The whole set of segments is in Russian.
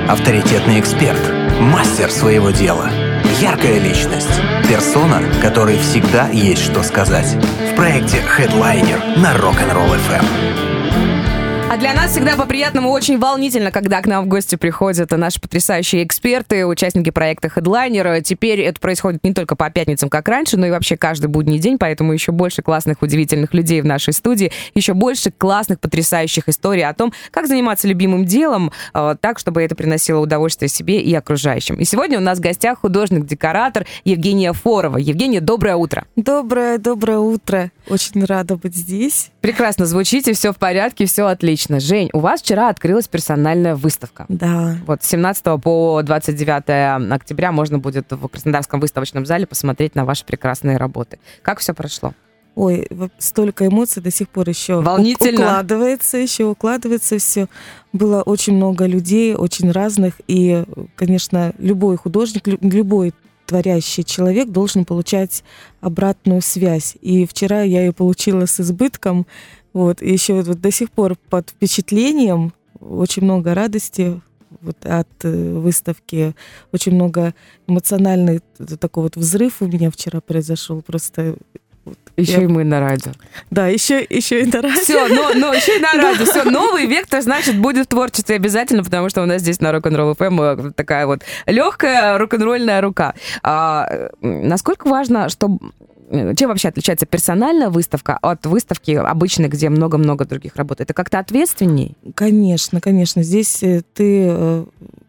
Авторитетный эксперт, мастер своего дела, яркая личность, персона, которой всегда есть что сказать. В проекте Headliner на Rock'n'Roll FM. А для нас всегда по-приятному очень волнительно, когда к нам в гости приходят наши потрясающие эксперты, участники проекта Headliner. Теперь это происходит не только по пятницам, как раньше, но и вообще каждый будний день, поэтому еще больше классных, удивительных людей в нашей студии, еще больше классных, потрясающих историй о том, как заниматься любимым делом так, чтобы это приносило удовольствие себе и окружающим. И сегодня у нас в гостях художник-декоратор Евгения Форова. Евгения, доброе утро. Доброе утро. Очень рада быть здесь. Прекрасно звучите, все в порядке, все отлично. Жень, у вас вчера открылась персональная выставка. Да. Вот с 17 по 29 октября можно будет в Краснодарском выставочном зале посмотреть на ваши прекрасные работы. Как все прошло? Ой, столько эмоций до сих пор еще волнительно. Укладывается все. Было очень много людей, очень разных. И, конечно, любой художник, любой творящий человек должен получать обратную связь. И вчера я ее получила с избытком. Вот, и еще вот до сих пор под впечатлением, очень много радости вот от выставки, очень много эмоциональный такой вот взрыв у меня вчера произошел, просто... Еще и мы на радио. Да, еще и на радио. Все, но еще и на радио. Все, новый вектор, значит, будет в творчестве обязательно, потому что у нас здесь на Rock'n'Roll FM такая вот легкая рок-н-ролльная рука. Насколько важно, чтобы... Чем вообще отличается персональная выставка от выставки обычной, где много-много других работ? Это как-то ответственней? Конечно. Здесь ты...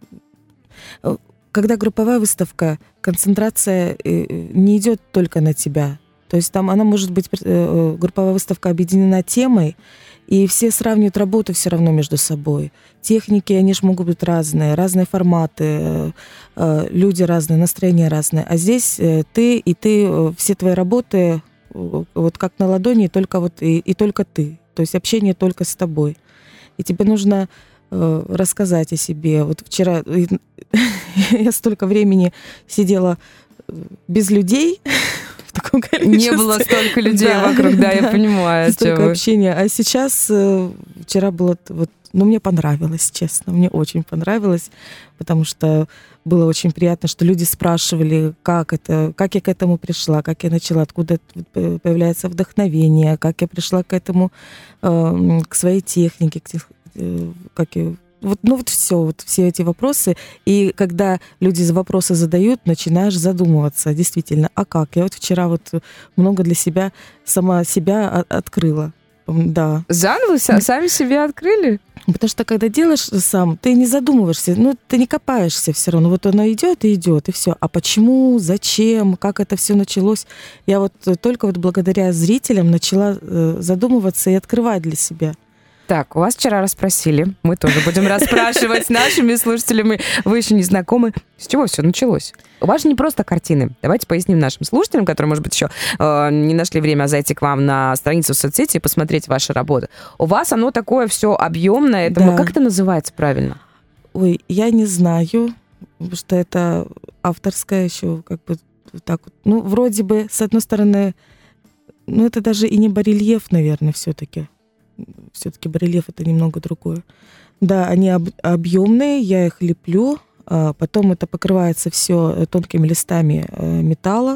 Когда групповая выставка, концентрация не идет только на тебя. То есть там она может быть, групповая выставка объединена темой, и все сравнивают работы все равно между собой. Техники, они же могут быть разные форматы, люди разные, настроения разные. А здесь ты, все твои работы вот как на ладони, только только ты. То есть общение только с тобой. И тебе нужно рассказать о себе. Вот вчера я столько времени сидела без людей, в таком количестве. Не было столько людей вокруг, да, я понимаю. Столько общения. А сейчас, вчера было... мне понравилось, честно, мне очень понравилось, потому что было очень приятно, что люди спрашивали, как я к этому пришла, как я начала, откуда появляется вдохновение, как я пришла к этому, к своей технике, все эти вопросы. И когда люди вопросы задают, начинаешь задумываться, действительно, а как? Я вот вчера много для себя, сама себя открыла. Да. Заново сами себя открыли? Потому что когда делаешь сам, ты не задумываешься, ты не копаешься все равно. Вот оно идет, и все. А почему, зачем, как это все началось? Я только благодаря зрителям начала задумываться и открывать для себя. Так, у вас вчера расспросили. Мы тоже будем расспрашивать с нашими слушателями. Вы еще не знакомы. С чего все началось? У вас же не просто картины. Давайте поясним нашим слушателям, которые, может быть, еще не нашли время зайти к вам на страницу в соцсети и посмотреть ваши работы. У вас оно такое все объемное. Да. Как это называется правильно? Ой, я не знаю, потому что это авторское еще так вот. Вроде бы, с одной стороны, это даже и не барельеф, наверное, все-таки. Все-таки барельеф — это немного другое. Да, они объемные, я их леплю, потом это покрывается все тонкими листами металла.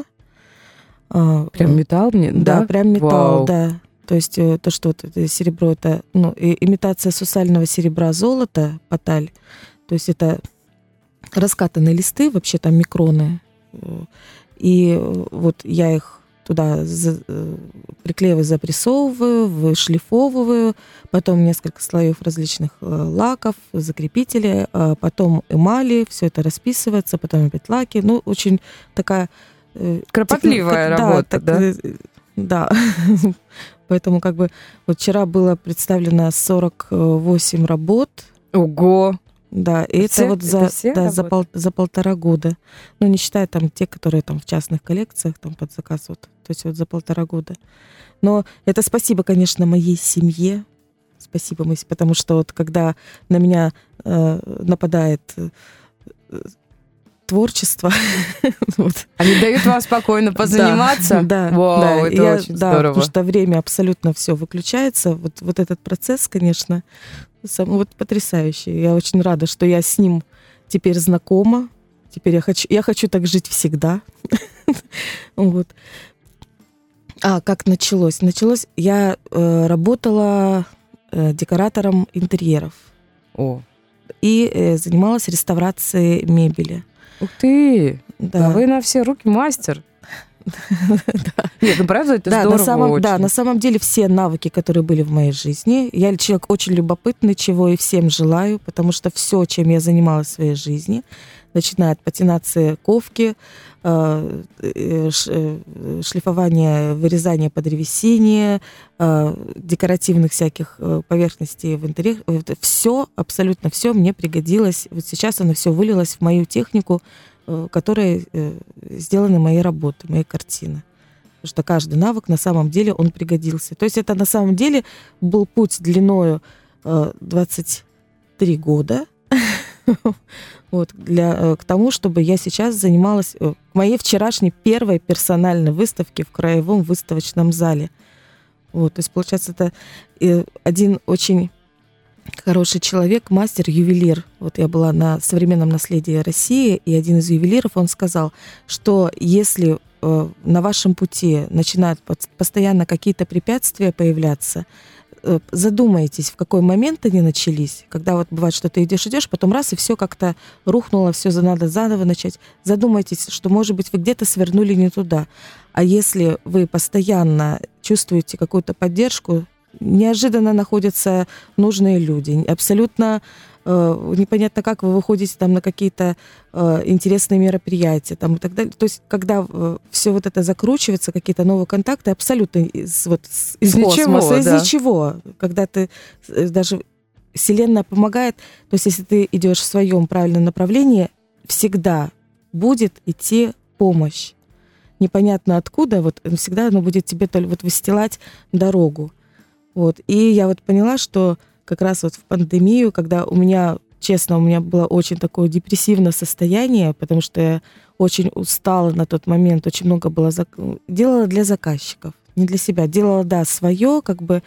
Прям металл мне? Да, прям металл, Вау. да. То есть то, что это серебро, это имитация сусального серебра золота, поталь. То есть это раскатанные листы, вообще там микроны. И вот я их туда приклеиваю, запрессовываю, вышлифовываю, потом несколько слоев различных лаков, закрепители, потом эмали, все это расписывается, потом опять лаки. Очень такая... Кропотливая работа, да? Да. Поэтому вчера было представлено 48 работ. Ого! Да, и все, это за 1,5 года. Не считая те, которые в частных коллекциях под заказ. То есть за 1,5 года. Но это спасибо, конечно, моей семье. Спасибо, потому что когда на меня нападает творчество. Они дают вам спокойно позаниматься? Да. Вау, это очень здорово. Потому что время абсолютно все выключается. Вот этот процесс, конечно, потрясающий. Я очень рада, что я с ним теперь знакома. Теперь я хочу так жить всегда. Вот. Как началось? Я работала декоратором интерьеров. И занималась реставрацией мебели. Ух ты! Да. Вы на все руки мастер. Нет, ну правда, это здорово очень. Да, на самом деле все навыки, которые были в моей жизни, я человек очень любопытный, чего и всем желаю, потому что все, чем я занималась в своей жизни, начиная от патинации ковки, шлифования, вырезания по древесине, декоративных всяких поверхностей в интерьере, все, абсолютно все мне пригодилось. Вот сейчас оно все вылилось в мою технику, которые сделаны моей работы, моей картины. Потому что каждый навык на самом деле он пригодился. То есть это на самом деле был путь длиною 23 года вот, к тому, чтобы я сейчас занималась моей вчерашней первой персональной выставке в Краевом выставочном зале. Вот, то есть, получается, это один очень хороший человек, мастер, ювелир. Вот я была на современном наследии России, и один из ювелиров, он сказал, что если на вашем пути начинают постоянно какие-то препятствия появляться, задумайтесь, в какой момент они начались. Когда вот бывает, что ты идешь, потом раз, и все как-то рухнуло, все надо заново начать. Задумайтесь, что, может быть, вы где-то свернули не туда. А если вы постоянно чувствуете какую-то поддержку, неожиданно находятся нужные люди. Абсолютно непонятно, как вы выходите там на какие-то интересные мероприятия там, и так далее. То есть, когда все вот это закручивается, какие-то новые контакты, абсолютно из космоса, из ничего. Когда ты даже Вселенная помогает, то есть, если ты идешь в своем правильном направлении, всегда будет идти помощь. Непонятно откуда, вот всегда оно будет тебе вот выстилать дорогу. Вот. И я вот поняла, что как раз вот в пандемию, когда у меня было очень такое депрессивное состояние, потому что я очень устала на тот момент, очень много было делала для заказчиков, не для себя. Делала, да, свое, как бы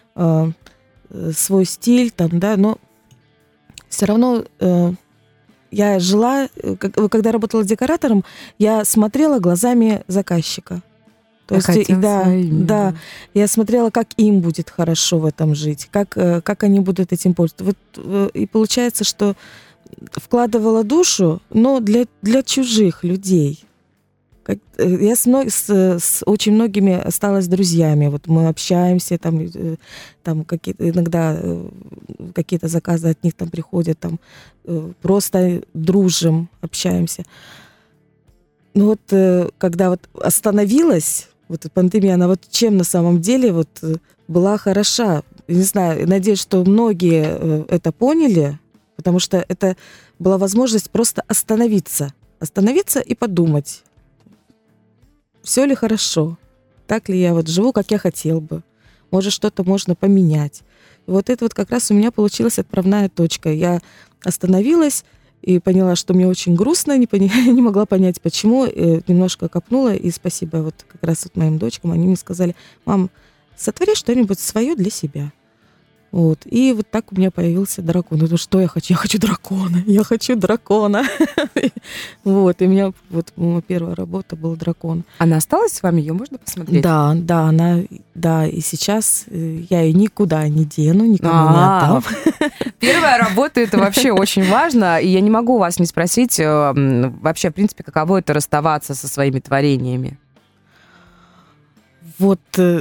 свой стиль, там, да, но все равно я жила, когда работала декоратором, я смотрела глазами заказчика. То есть, да, я смотрела, как им будет хорошо в этом жить, как они будут этим пользоваться. Вот, и получается, что вкладывала душу, но для чужих людей. Я с очень многими осталась друзьями. Вот мы общаемся, там иногда какие-то заказы от них там приходят, там просто дружим, общаемся. Но вот когда вот остановилась, вот пандемия, она вот чем на самом деле вот была хороша. Не знаю, надеюсь, что многие это поняли, потому что это была возможность просто остановиться и подумать, все ли хорошо, так ли я вот живу, как я хотел бы, может, что-то можно поменять. И вот это вот как раз у меня получилась отправная точка. Я остановилась и поняла, что мне очень грустно, не могла понять, почему. Немножко копнула, и спасибо вот как раз вот моим дочкам. Они мне сказали: мам, сотвори что-нибудь свое для себя. Вот. И вот так у меня появился дракон. Ну что я хочу? Я хочу дракона. Вот. И у меня вот моя первая работа был дракон. Она осталась с вами? Ее можно посмотреть? Да. И сейчас я ее никуда не дену, никому не отдам. Первая работа — это вообще очень важно. И я не могу вас не спросить вообще, в принципе, каково это расставаться со своими творениями? Вот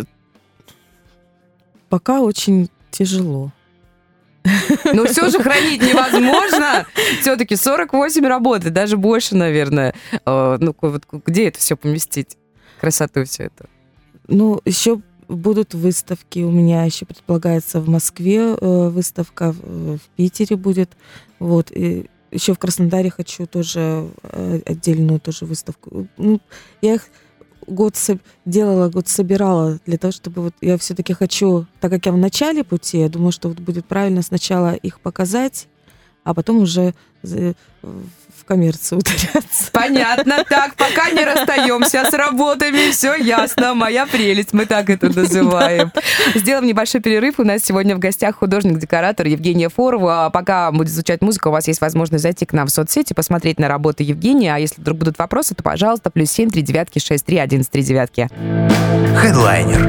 пока очень тяжело. Но все же хранить невозможно. Все-таки 48 работ, даже больше, наверное. Ну, вот где это все поместить? Красоту все это. Ну, еще будут выставки. У меня еще предполагается в Москве выставка, в Питере будет. Вот. И еще в Краснодаре хочу тоже отдельную тоже выставку. Ну, я их год собирала для того, чтобы вот я все-таки хочу, так как я в начале пути, я думаю, что вот будет правильно сначала их показать, а потом уже в коммерцию ударяться. Понятно. Так, пока не расстаемся с работами, все ясно. Моя прелесть, мы так это называем. Сделаем небольшой перерыв. У нас сегодня в гостях художник-декоратор Евгения Форова. А пока будет звучать музыка, у вас есть возможность зайти к нам в соцсети, посмотреть на работы Евгения. А если вдруг будут вопросы, то, пожалуйста, +7 3девятки 63 11 3 девятки. Headliner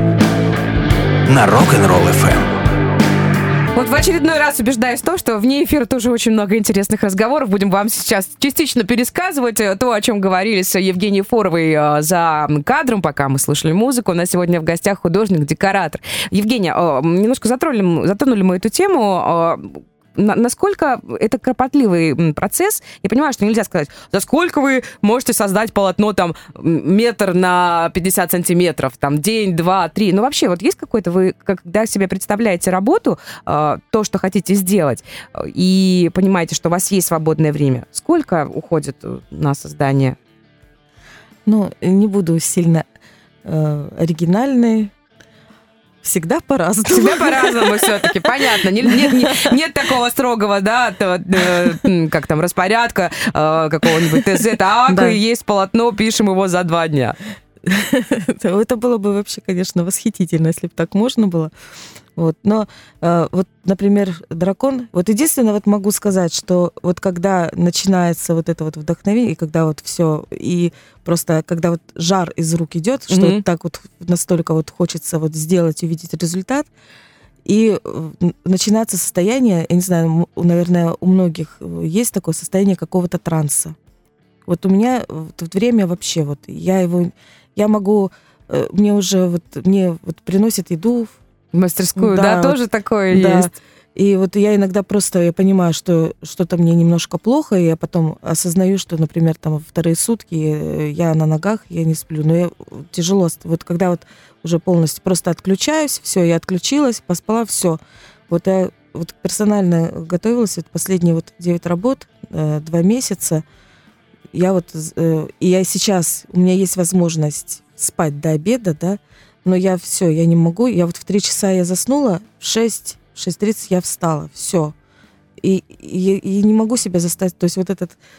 на Rock'n'Roll FM. Вот в очередной раз убеждаюсь в том, что вне эфира тоже очень много интересных разговоров. Будем вам сейчас частично пересказывать то, о чем говорили с Евгенией Форовой за кадром, пока мы слушали музыку. У нас сегодня в гостях художник-декоратор. Евгения, немножко затронули мы эту тему. Насколько это кропотливый процесс? Я понимаю, что нельзя сказать, за сколько вы можете создать полотно там метр на 50 сантиметров, там день, два, три. Но вообще вот есть какой-то, вы когда себе представляете работу, то, что хотите сделать, и понимаете, что у вас есть свободное время, сколько уходит на создание? Ну, не буду сильно оригинальной. Всегда по-разному. Всегда по-разному все-таки, понятно. Нет такого строгого, да, как там, распорядка какого-нибудь ТЗ. Так, и есть полотно, пишем его за 2 дня. Это было бы вообще, конечно, восхитительно, если бы так можно было. Вот. Но вот, например, «Дракон», вот единственное, вот могу сказать, что вот когда начинается вот это вот вдохновение, и когда вот все, и просто когда вот жар из рук идет, что вот так вот настолько вот хочется вот сделать, увидеть результат, и начинается состояние, я не знаю, наверное, у многих есть такое состояние какого-то транса. Вот у меня вот время вообще вот, я могу, мне приносят еду, в мастерскую, да, тоже такое есть. И вот я иногда я понимаю, что что-то мне немножко плохо, и я потом осознаю, что, например, там вторые сутки я на ногах, я не сплю, но тяжело. Вот когда вот уже полностью просто отключаюсь, все, я отключилась, поспала, все. Вот я вот персонально готовилась, вот последние 9 работ, 2 месяца, и я сейчас, у меня есть возможность спать до обеда, да, но я не могу. Я вот в 3 часа я заснула, в 6:30 я встала, все. И не могу себя заставить. То есть вот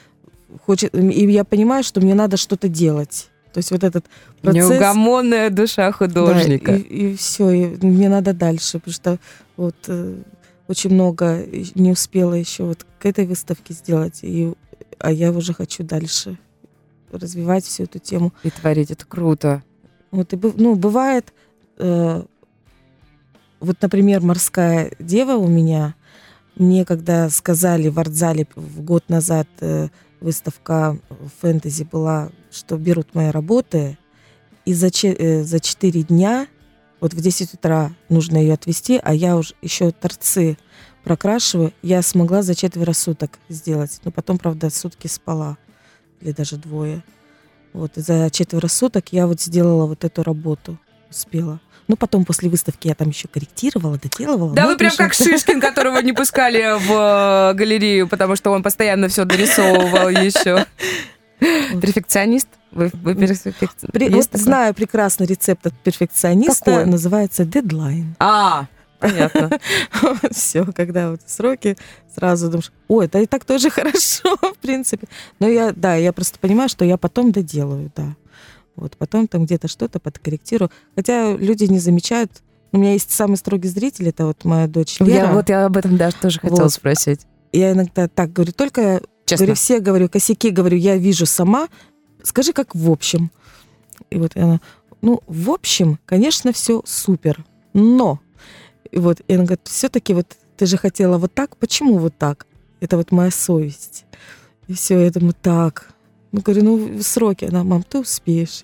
и я понимаю, что мне надо что-то делать. То есть вот этот процесс... Неугомонная душа художника. Да, и все, и мне надо дальше, потому что вот очень много не успела еще вот к этой выставке сделать, а я уже хочу дальше развивать всю эту тему. И творить, это круто. Вот, бывает, вот, например, «Морская дева» у меня, мне когда сказали в Артзале год назад, выставка фэнтези была, что берут мои работы, и за 4 дня, вот в 10 утра нужно ее отвезти, а я уже еще торцы прокрашиваю, я смогла за 4 суток сделать. Но потом, правда, сутки спала, или даже 2. Вот, и за 4 суток я вот сделала вот эту работу, успела. Ну, потом после выставки я там еще корректировала, доделывала. Да, вы прям как Шишкин, которого не пускали в галерею, потому что он постоянно все дорисовывал еще. Перфекционист? Вы перфекционист? Знаю прекрасный рецепт от перфекциониста. Какой? Называется дедлайн. Понятно. Все, когда вот сроки, сразу думаешь, это и так тоже хорошо, в принципе. Но я просто понимаю, что я потом доделаю, да. Вот потом там где-то что-то подкорректирую. Хотя люди не замечают. У меня есть самый строгий зритель, это вот моя дочь Лера. Я об этом даже тоже хотела спросить. Я иногда так говорю, только говорю, все говорю, косяки, говорю, я вижу сама. Скажи, как в общем. И вот она, в общем, конечно, все супер, но... И вот, и она говорит, все-таки вот ты же хотела вот так, почему вот так? Это вот моя совесть. И все, я думаю, так. Говорю, сроки. Она, мам, ты успеешь.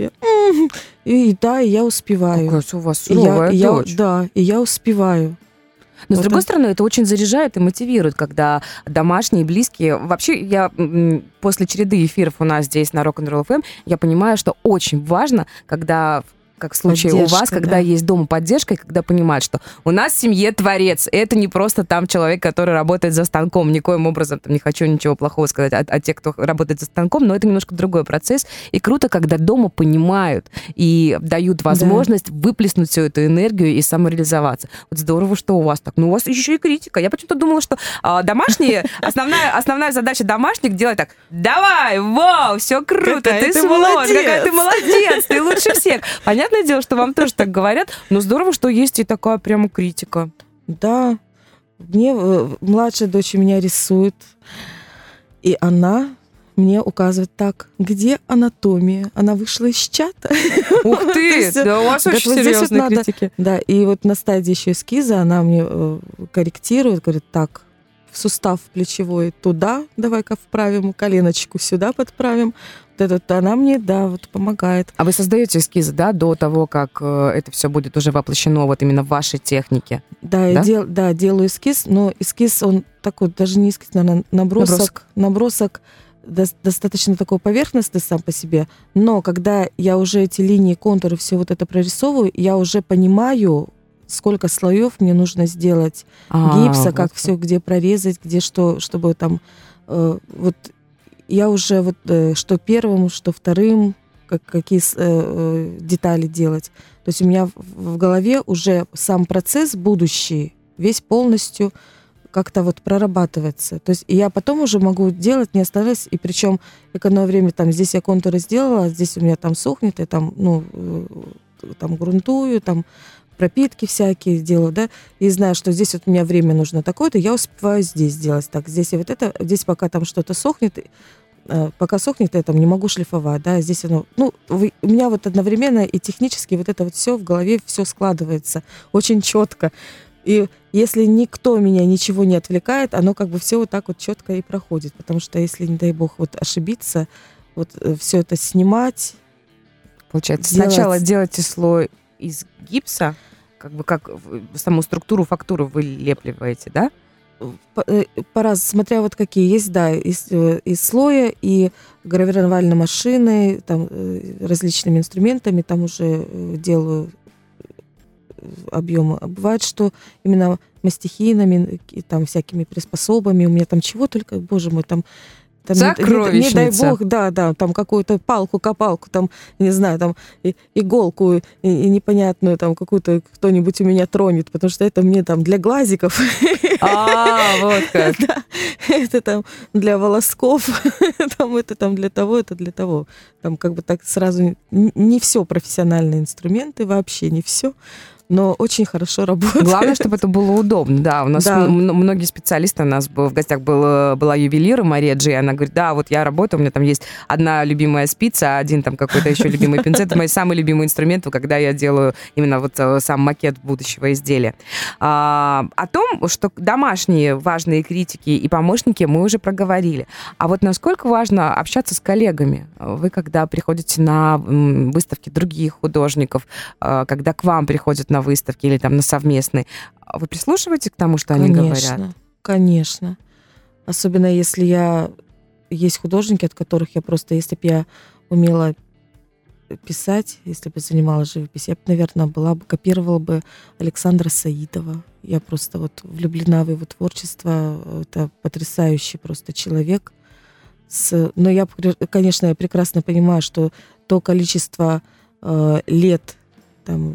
И я успеваю. Какая у вас суровая дочь. Да, и я успеваю. Но, с другой стороны, это очень заряжает и мотивирует, когда домашние, близкие... Вообще, я после череды эфиров у нас здесь на Rock'n'Roll FM, я понимаю, что очень важно, когда как в случае у вас, когда есть дома поддержка, и когда понимают, что у нас в семье творец. Это не просто там человек, который работает за станком. Никоим образом там, не хочу ничего плохого сказать о тех, кто работает за станком, но это немножко другой процесс. И круто, когда дома понимают и дают возможность выплеснуть всю эту энергию и самореализоваться. Вот здорово, что у вас так. Но у вас еще и критика. Я почему-то думала, что домашние, основная задача домашних делать так: давай, вау, все круто, ты сможешь, какая ты молодец, ты лучше всех. Понятное дело, что вам тоже так говорят, но здорово, что есть и такая прямо критика. Да, мне младшая дочь меня рисует, и она мне указывает: так, где анатомия? Она вышла из чата. Ух ты, да у вас очень серьезные критики. Да, и вот на стадии еще эскиза она мне корректирует, говорит: так, в сустав плечевой туда, давай-ка вправим, коленочку сюда подправим. Она мне, вот помогает. А вы создаете эскизы, да, до того, как это все будет уже воплощено вот именно в вашей технике? Да, я делаю эскиз, но эскиз, он такой, даже не эскиз, наверное, набросок достаточно такой поверхностный сам по себе, но когда я уже эти линии, контуры, все вот это прорисовываю, я уже понимаю, сколько слоев мне нужно сделать гипса, как все, где прорезать, где что, чтобы там вот я уже вот что первым, что вторым, какие детали делать. То есть у меня в голове уже сам процесс будущий весь полностью как-то вот прорабатывается. То есть я потом уже могу делать, не оставаясь, и причем экономя время, там здесь я контуры сделала, здесь у меня там сохнет, я там, там грунтую, там пропитки всякие делаю, да, и знаю, что здесь вот у меня время нужно такое-то, я успеваю здесь делать. Так, здесь и вот это, здесь пока там что-то сохнет, пока сохнет, я там не могу шлифовать, да, здесь оно, у меня вот одновременно и технически вот это вот все в голове, все складывается очень четко. И если никто меня ничего не отвлекает, оно как бы все вот так вот четко и проходит, потому что если, не дай бог, вот ошибиться, вот все это снимать. Получается, сначала делаете слой из гипса, как бы как саму структуру, фактуру вылепливаете, да? По-разному, смотря вот какие есть, да, из слоя и гравировальной машины, там различными инструментами, там уже делаю объемы. Бывает, что именно мастихинами, там всякими приспособами, у меня там чего только, боже мой, там сокровищница. Не дай бог, да, там какую-то палку, копалку, там, не знаю, там иголку и непонятную, там какую-то кто-нибудь у меня тронет, потому что это мне там для глазиков. Вот как. Да, это там для волосков, там это там для того, это для того. Там как бы так сразу не все профессиональные инструменты, вообще не все. Но очень хорошо работает. Главное, чтобы это было удобно. Да, у нас многие специалисты, у нас в гостях была ювелир Мария Джей, она говорит: да, вот я работаю, у меня там есть одна любимая спица, один там какой-то еще любимый пинцет. Это мои самые любимые инструменты, когда я делаю именно вот сам макет будущего изделия. О том, что домашние важные критики и помощники, мы уже проговорили. А вот насколько важно общаться с коллегами? Вы, когда приходите на выставки других художников, когда к вам приходят на выставки или там на совместные, вы прислушиваетесь к тому, что они говорят? Конечно. Особенно если есть художники, от которых я просто, если бы я умела писать, если бы занималась живописью, я бы, наверное, копировала бы Александра Саидова. Я просто вот влюблена в его творчество. Это потрясающий просто человек. Но я, конечно, я прекрасно понимаю, что то количество лет там,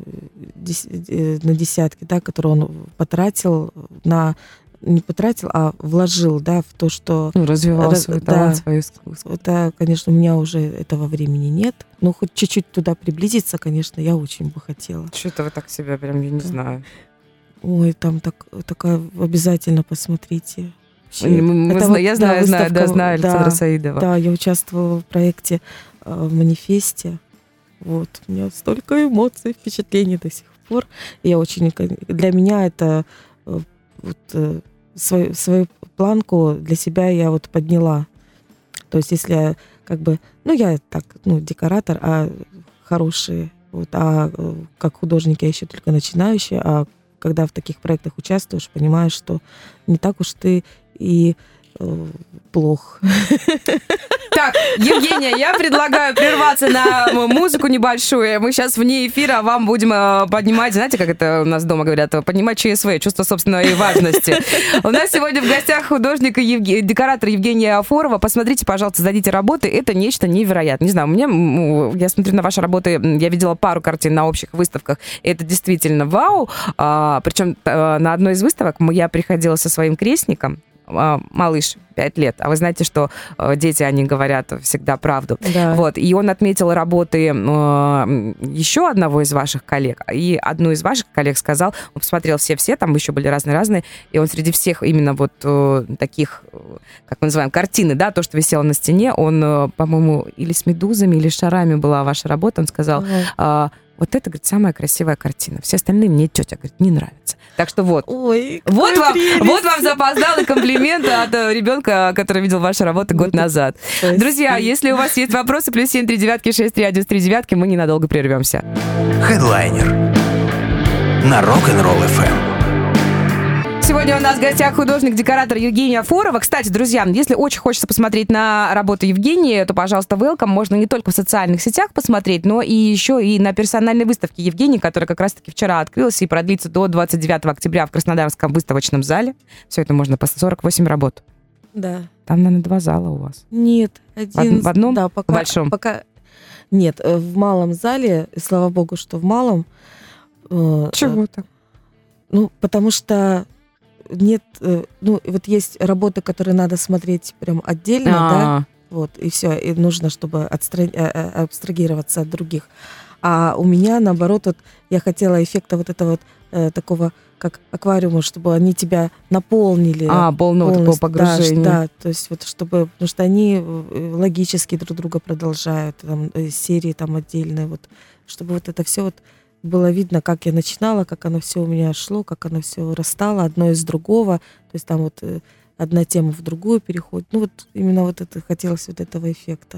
на десятки, да, которые он потратил не потратил, а вложил, да, в то, что... развивал свой талант, свое искусство. Это, конечно, у меня уже этого времени нет. Но хоть чуть-чуть туда приблизиться, конечно, я очень бы хотела. Что-то вы так себя прям, я не знаю. Ой, там такая... Обязательно посмотрите. Я знаю Александра Саидова. Да, я участвовала в проекте в манифесте. Вот, у меня столько эмоций, впечатлений до сих пор. Для меня это свою планку для себя я вот подняла. То есть если я как бы, я так, декоратор, а хороший, вот, а как художник я еще только начинающий, а когда в таких проектах участвуешь, понимаешь, что не так уж ты и плох. Так, Евгения, я предлагаю прерваться на музыку небольшую. Мы сейчас вне эфира вам будем поднимать, знаете, как это у нас дома говорят, поднимать ЧСВ, чувство собственной важности. У нас сегодня в гостях художник и декоратор Евгения Афорова. Посмотрите, пожалуйста, сдадите работы. Это нечто невероятное. Не знаю, я смотрю на ваши работы, я видела пару картин на общих выставках. Это действительно вау. Причем на одной из выставок я приходила со своим крестником, малыш, 5 лет. А вы знаете, что дети, они говорят всегда правду. Да. Вот. И он отметил работы еще одного из ваших коллег. И одну из ваших коллег сказал, он посмотрел все-все, там еще были разные-разные, и он среди всех именно вот таких, как мы называем, картины, да, то, что висело на стене, он, по-моему, или с медузами, или с шарами была ваша работа, он сказал... Вот это, говорит, самая красивая картина. Все остальные мне тетя, говорит, не нравятся. Так что вот. Ой, вот вам запоздалый комплимент от ребенка, который видел ваши работы год назад. Спасибо. Друзья, если у вас есть вопросы, +7 3 6 3 1 3 9, мы ненадолго прервемся. Headliner на Rock'n'Roll FM. Сегодня у нас в гостях художник-декоратор Евгения Афорова. Кстати, друзья, если очень хочется посмотреть на работу Евгении, то, пожалуйста, welcome. Можно не только в социальных сетях посмотреть, но и еще и на персональной выставке Евгении, которая как раз-таки вчера открылась и продлится до 29 октября в Краснодарском выставочном зале. Все это можно по 48 работ. Да. Там, наверное, 2 зала у вас. Нет, один. В одном? Да, пока, В большом? Пока... Нет, в малом зале, и слава богу, что в малом. Чего так? Ну, потому что нет, вот есть работы, которые надо смотреть прям отдельно, да, вот, и все, и нужно, чтобы абстрагироваться от других. А у меня, наоборот, вот, я хотела эффекта вот этого вот такого, как аквариума, чтобы они тебя наполнили. Полного такого погружения. Да, то есть вот чтобы, потому что они логически друг друга продолжают, там, серии там отдельные, вот, чтобы вот это все вот было видно, как я начинала, как оно все у меня шло, как оно все растало одно из другого. То есть там вот одна тема в другую переходит. Ну вот именно вот это хотелось вот этого эффекта.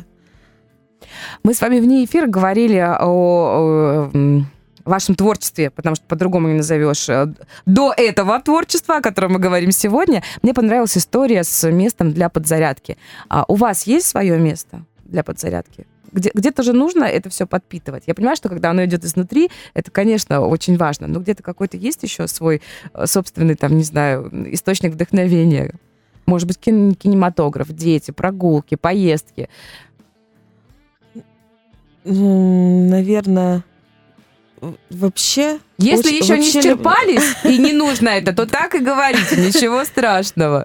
Мы с вами вне эфира говорили о вашем творчестве, потому что по-другому не назовешь. До этого творчества, о котором мы говорим сегодня, мне понравилась история с местом для подзарядки. У вас есть свое место для подзарядки? Где-то же нужно это все подпитывать. Я понимаю, что когда оно идет изнутри, это, конечно, очень важно, но где-то какой-то есть еще свой собственный, там, не знаю, источник вдохновения. Может быть, кинематограф, дети, прогулки, поездки. Наверное, вообще... Если еще не исчерпались и не нужно это, то так и говорите, ничего страшного.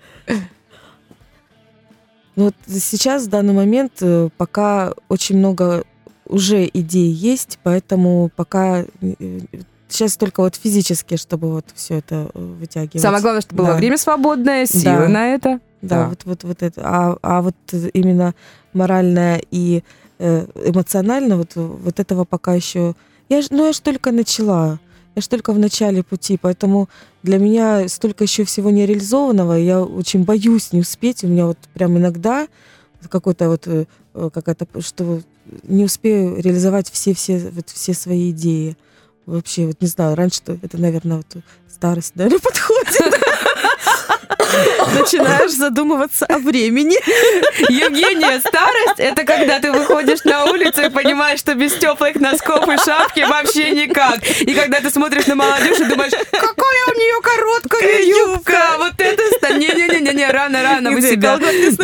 Вот сейчас, в данный момент, пока очень много уже идей есть, поэтому пока сейчас только вот физически, чтобы вот все это вытягивать. Самое главное, чтобы было время свободное, силы на это. Да, вот это. А вот именно морально и эмоционально вот этого пока еще... Я ж только начала. Я ж только в начале пути, поэтому для меня столько еще всего нереализованного, я очень боюсь не успеть. У меня вот прям иногда какой-то вот какая-то, что не успею реализовать все свои идеи. Вообще, вот не знаю, раньше-то это, наверное, вот старость, наверное, подходит. Начинаешь задумываться о времени. Евгения, старость — это когда ты выходишь на улицу и понимаешь, что без теплых носков и шапки вообще никак. И когда ты смотришь на молодежь и думаешь, какая у нее короткая юбка. Вот это... Не-не-не, рано, вы себя...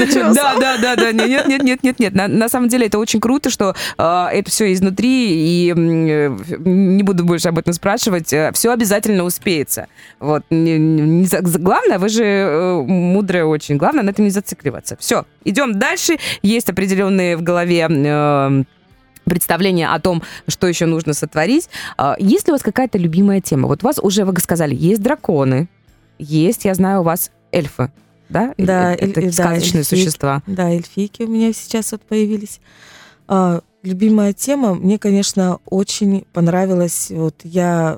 Да, нет. На самом деле это очень круто, что это все изнутри, и не буду больше об этом спрашивать, все обязательно успеется. Вот. Главное, вы же мудрая очень. Главное на этом не зацикливаться. Все, идем дальше. Есть определенные в голове представления о том, что еще нужно сотворить. Есть ли у вас какая-то любимая тема? Вот у вас уже, вы сказали, есть драконы, есть, я знаю, у вас эльфы, да? Да, это сказочные существа. Да, эльфийки у меня сейчас вот появились. Любимая тема, мне, конечно, очень понравилась. Вот я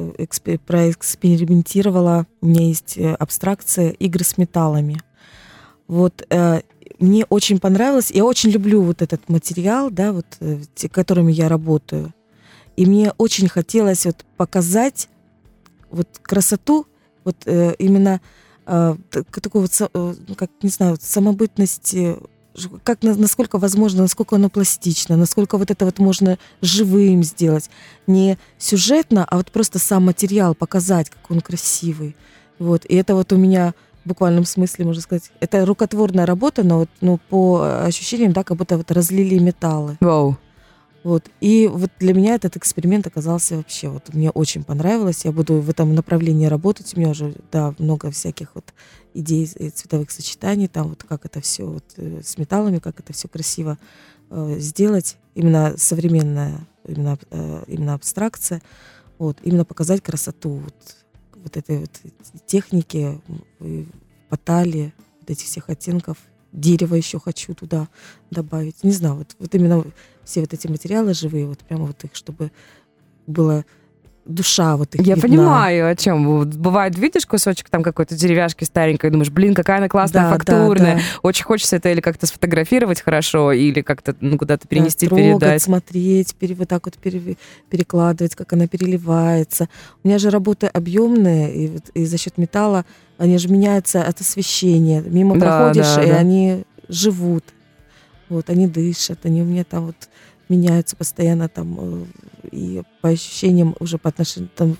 проэкспериментировала, у меня есть абстракция игры с металлами. Вот мне очень понравилось. Я очень люблю вот этот материал, да, вот, которыми я работаю. И мне очень хотелось вот показать вот красоту, вот именно такую вот, как, не знаю, самобытность насколько возможно, насколько оно пластично, насколько вот это вот можно живым сделать. Не сюжетно, а вот просто сам материал показать, как он красивый. Вот. И это вот у меня в буквальном смысле, можно сказать, это рукотворная работа, но вот, ну, по ощущениям, да, как будто вот разлили металлы. Вау. Вот. И вот для меня этот эксперимент оказался вообще, вот мне очень понравилось. Я буду в этом направлении работать. У меня уже, да, много всяких вот идей цветовых сочетаний, там вот как это все вот, с металлами, как это все красиво сделать. Именно современная, именно абстракция. Вот. Именно показать красоту вот этой вот техники, баталии, вот этих всех оттенков. Дерево еще хочу туда добавить. Не знаю, вот именно все вот эти материалы живые, вот прямо вот их, чтобы была душа вот их Я видна. понимаю, о чем. Вот бывает, видишь кусочек там какой-то деревяшки старенькой, и думаешь, блин, какая она классная, Да, фактурная. да. Очень хочется это или как-то сфотографировать хорошо, или как-то куда-то перенести, трогать, передать. смотреть, вот так вот перекладывать, как она переливается. У меня же работы объемные, и за счет металла они же меняются от освещения. Мимо проходишь, и они живут. Вот, они дышат, они у меня там вот меняются постоянно там, и по ощущениям уже по отношению там,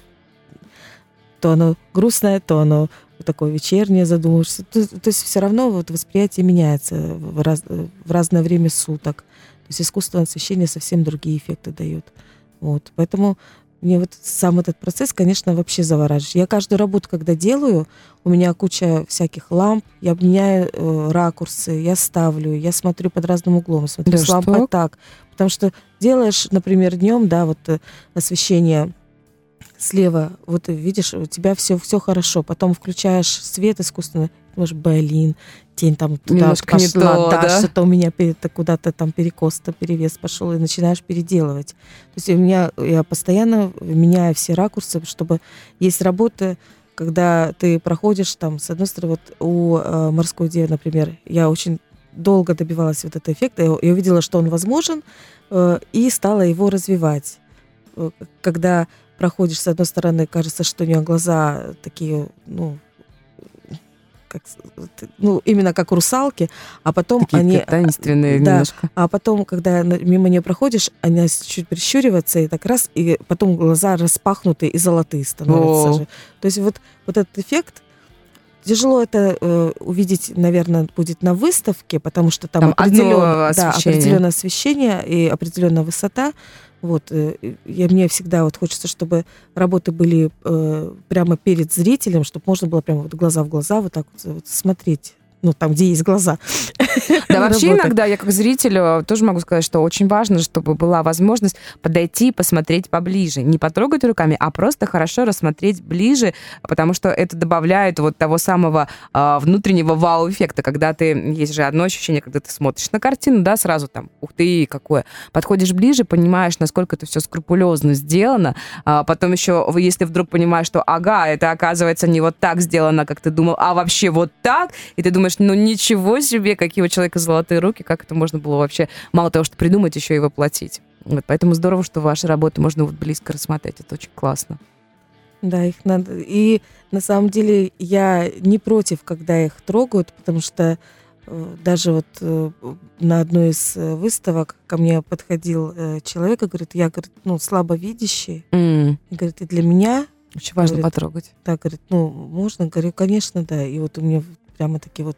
то оно грустное, то оно такое вечернее, задумываешься. То есть все равно вот восприятие меняется в разное время суток. То есть искусственное освещение совсем другие эффекты дает. Вот. Поэтому мне вот сам этот процесс, конечно, вообще завораживает. Я каждую работу, когда делаю, у меня куча всяких ламп, я меняю ракурсы, я ставлю, я смотрю под разным углом, смотрю с лампой так. Потому что делаешь, например, днем, да, вот освещение слева, вот видишь, у тебя все хорошо. Потом включаешь свет искусственный, думаешь, блин, тень там туда немножко пошла, да? Что-то у меня куда-то там перекос, перевес пошел, и начинаешь переделывать. То есть я постоянно меняю все ракурсы, чтобы есть работы, когда ты проходишь там, с одной стороны, вот у «Морской девы», например, я очень долго добивалась вот этого эффекта, я увидела, что он возможен, и стала его развивать. Когда проходишь, с одной стороны, кажется, что у нее глаза такие, именно как у русалки, а потом такие они... таинственные да, немножко. А потом, когда мимо нее проходишь, она чуть прищуривается, и так раз, и потом глаза распахнутые и золотые становятся же. То есть вот этот эффект, тяжело это увидеть, наверное, будет на выставке, потому что там определенное освещение и определенная высота. Вот, мне всегда вот хочется, чтобы работы были прямо перед зрителем, чтобы можно было прямо вот глаза в глаза вот так вот смотреть. Там, где есть глаза. Да, вообще иногда я как зритель тоже могу сказать, что очень важно, чтобы была возможность подойти, посмотреть поближе. Не потрогать руками, а просто хорошо рассмотреть ближе, потому что это добавляет вот того самого внутреннего вау-эффекта, когда есть же одно ощущение, когда ты смотришь на картину, да, сразу там, ух ты, какое. Подходишь ближе, понимаешь, насколько это все скрупулезно сделано, потом еще, если вдруг понимаешь, что, это оказывается не вот так сделано, как ты думал, а вообще вот так, и ты думаешь, ничего себе, какие у человека золотые руки, как это можно было вообще, мало того, что придумать, еще и воплотить. Вот, поэтому здорово, что ваши работы можно вот близко рассмотреть, это очень классно. Да, их надо. И на самом деле я не против, когда их трогают, потому что даже вот на одной из выставок ко мне подходил человек и говорит, я, слабовидящий. И говорит, и для меня... Очень важно потрогать. Да, говорит, можно? Говорю, конечно, да. И вот у меня прямо таки вот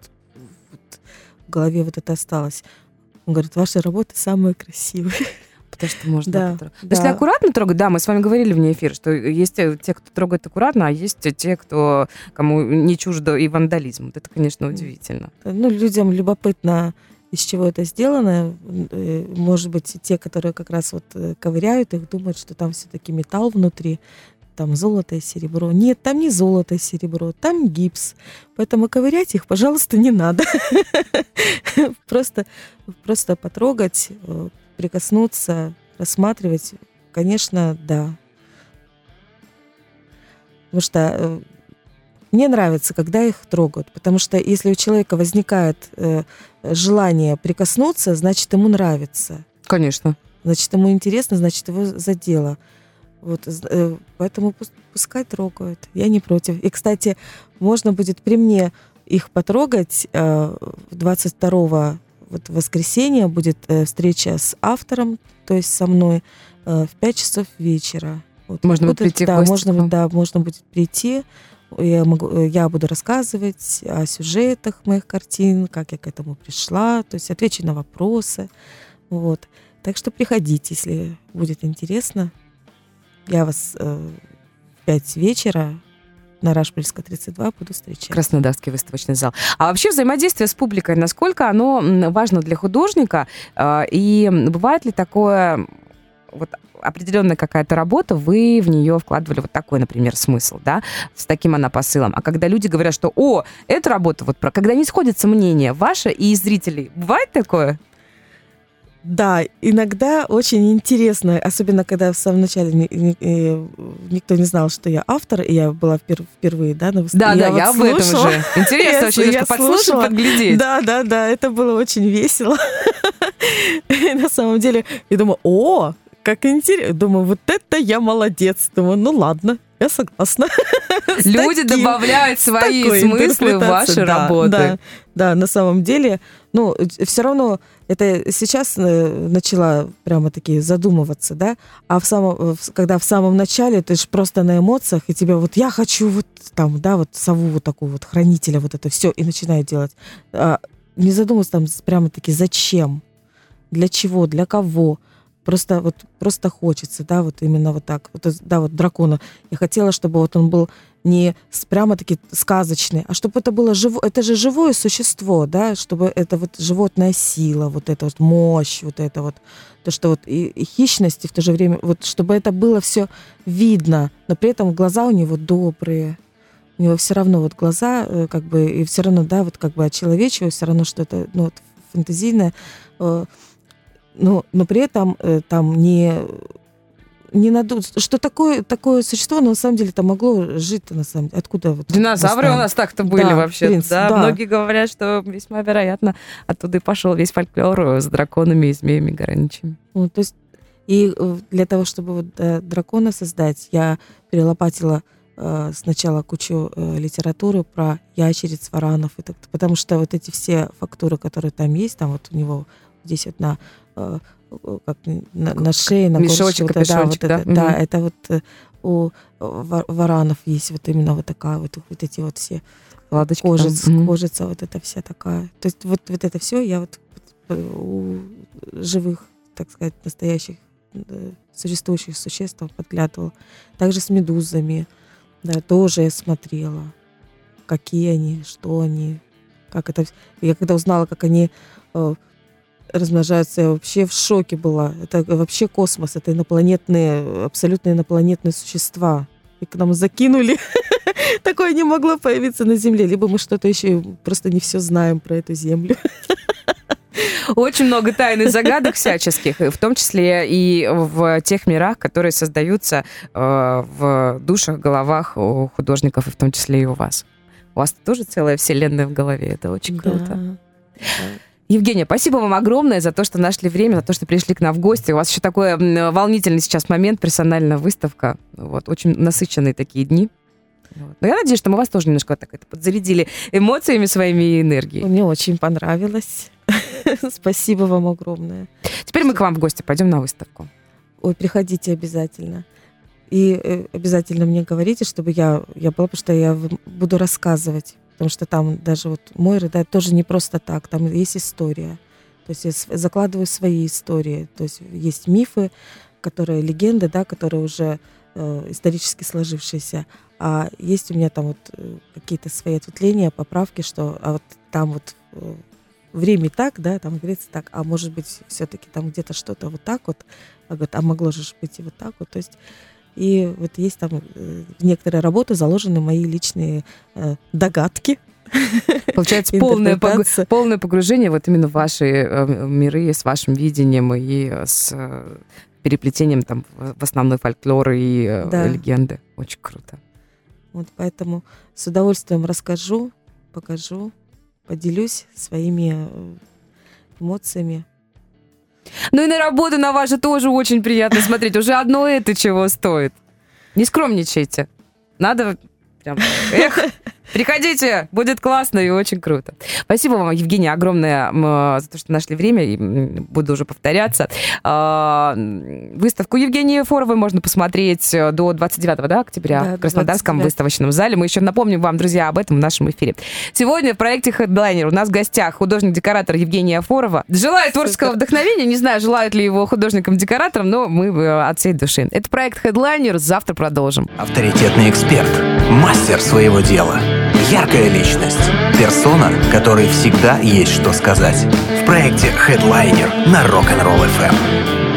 в голове вот это осталось. Он говорит, ваши работы самые красивые. Потому что можно потрогать. Если аккуратно трогать, да, мы с вами говорили вне эфира, что есть те, кто трогает аккуратно, а есть те, кому не чуждо и вандализм. Вот это, конечно, удивительно. Людям любопытно, из чего это сделано. Может быть, те, которые как раз вот ковыряют их, думают, что там все-таки металл внутри. Там золото и серебро. Нет, там не золото и серебро, там гипс. Поэтому ковырять их, пожалуйста, не надо. Просто потрогать, прикоснуться, рассматривать, конечно, да. Потому что мне нравится, когда их трогают. Потому что если у человека возникает желание прикоснуться, значит, ему нравится. Конечно. Значит, ему интересно, значит, его задело. Вот, поэтому пускай трогают. Я не против. И, кстати, можно будет при мне их потрогать 22 вот в воскресенье будет встреча с автором, то есть со мной в 5 часов вечера. Вот, Можно будет прийти в гости. Можно будет прийти. Я буду рассказывать о сюжетах моих картин, как я к этому пришла, то есть отвечу на вопросы. Вот. Так что приходите, если будет интересно. Я вас в 5 вечера на Рашпильская, 32 буду встречать. Краснодарский выставочный зал. А вообще взаимодействие с публикой, насколько оно важно для художника? И бывает ли такое... Вот определенная какая-то работа, вы в нее вкладывали вот такой, например, смысл, да, с таким она посылом. А когда люди говорят, что, эта работа, вот когда не сходятся мнения ваше и зрителей, бывает такое? Да, иногда очень интересно, особенно когда в самом начале никто не знал, что я автор, и я была впервые, да, на выставке. Да, я об этом же. Интересно, очень немножко подслушать, подглядеть. Да, это было очень весело. На самом деле, я думаю, как интересно. Думаю, вот это я молодец. Думаю, ну ладно, я согласна. Люди добавляют свои смыслы в ваши работы. Да, на самом деле, все равно это сейчас начала прямо-таки задумываться, да, когда в самом начале ты же просто на эмоциях, и тебе вот я хочу вот там, да, вот сову вот такую вот, хранителя, вот это все, и начинаю делать. Не задумываться там прямо-таки зачем, для чего, для кого. Просто хочется, да, вот именно вот так. Вот дракона. Я хотела, чтобы вот он был не прямо-таки сказочный, а чтобы это было это же живое существо, да, чтобы это вот животная сила, вот эта вот мощь, вот это вот, то, что вот и хищность, и в то же время, вот чтобы это было все видно, но при этом глаза у него добрые, у него все равно вот глаза, как бы, и все равно, да, вот как бы очеловечивое, все равно что-то, вот, фантазийное, но при этом там не надо, что такое существо, но на самом деле там могло жить-то на самом деле. Откуда вот динозавры у нас так-то были вообще. Принцип, да. Многие говорят, что весьма вероятно оттуда и пошел весь фольклор с драконами и змеями гороничьими. То есть и для того, чтобы вот дракона создать, я перелопатила сначала кучу литературы про ящериц, варанов, потому что вот эти все фактуры, которые там есть, там вот у него здесь вот на шее, на мешочек, горлышке, да? Да, это вот у варанов есть вот именно вот такая вот эти вот все кожица, вот эта вся такая. То есть вот это все я вот у живых, так сказать, настоящих существующих существ подглядывала. Также с медузами, да, тоже я смотрела, какие они, что они, как это. Я когда узнала, как они размножаются, я вообще в шоке была. Это вообще космос, это абсолютно инопланетные существа. И к нам закинули. Такое не могло появиться на Земле. Либо мы что-то еще просто не все знаем про эту Землю. Очень много тайн и загадок всяческих, в том числе и в тех мирах, которые создаются в душах, головах у художников, и в том числе и у вас. У вас тоже целая вселенная в голове. Это очень круто. Евгения, спасибо вам огромное за то, что нашли время, за то, что пришли к нам в гости. У вас еще такой волнительный сейчас момент, персональная выставка. Вот, очень насыщенные такие дни. Вот. Но я надеюсь, что мы вас тоже немножко так подзарядили эмоциями своими и энергией. Мне очень понравилось. Спасибо вам огромное. Теперь мы к вам в гости пойдем на выставку. Ой, приходите обязательно. И обязательно мне говорите, чтобы я была, потому что я буду рассказывать. Потому что там даже вот Мойра, да, тоже не просто так, там есть история. То есть я закладываю свои истории. То есть есть мифы, легенды, да, которые уже исторически сложившиеся. А есть у меня там вот какие-то свои ответвления, поправки, что вот там вот время так, да, там говорится так, а может быть все-таки там где-то что-то вот так вот, а могло же быть и вот так вот. То есть и вот есть там в некоторые работы заложены мои личные догадки. Получается, полное погружение вот именно в ваши миры, с вашим видением и с переплетением там в основной фольклор и легенды. Очень круто. Вот поэтому с удовольствием расскажу, покажу, поделюсь своими эмоциями. Ну и на работу на вашу тоже очень приятно смотреть. Уже одно это чего стоит. Не скромничайте. Надо прям... Приходите, будет классно и очень круто. Спасибо вам, Евгения, огромное за то, что нашли время, и буду уже повторяться. Выставку Евгении Ефоровой можно посмотреть до 29 октября в Краснодарском выставочном зале. Мы еще напомним вам, друзья, об этом в нашем эфире. Сегодня в проекте Headliner у нас в гостях художник-декоратор Евгения Ефорова. Желаю творческого вдохновения. Не знаю, желают ли его художником-декоратором, но мы от всей души. Это проект Headliner. Завтра продолжим. Авторитетный эксперт, мастер своего дела, яркая личность, персона, которой всегда есть что сказать. В проекте Headliner на Rock'n'Roll FM.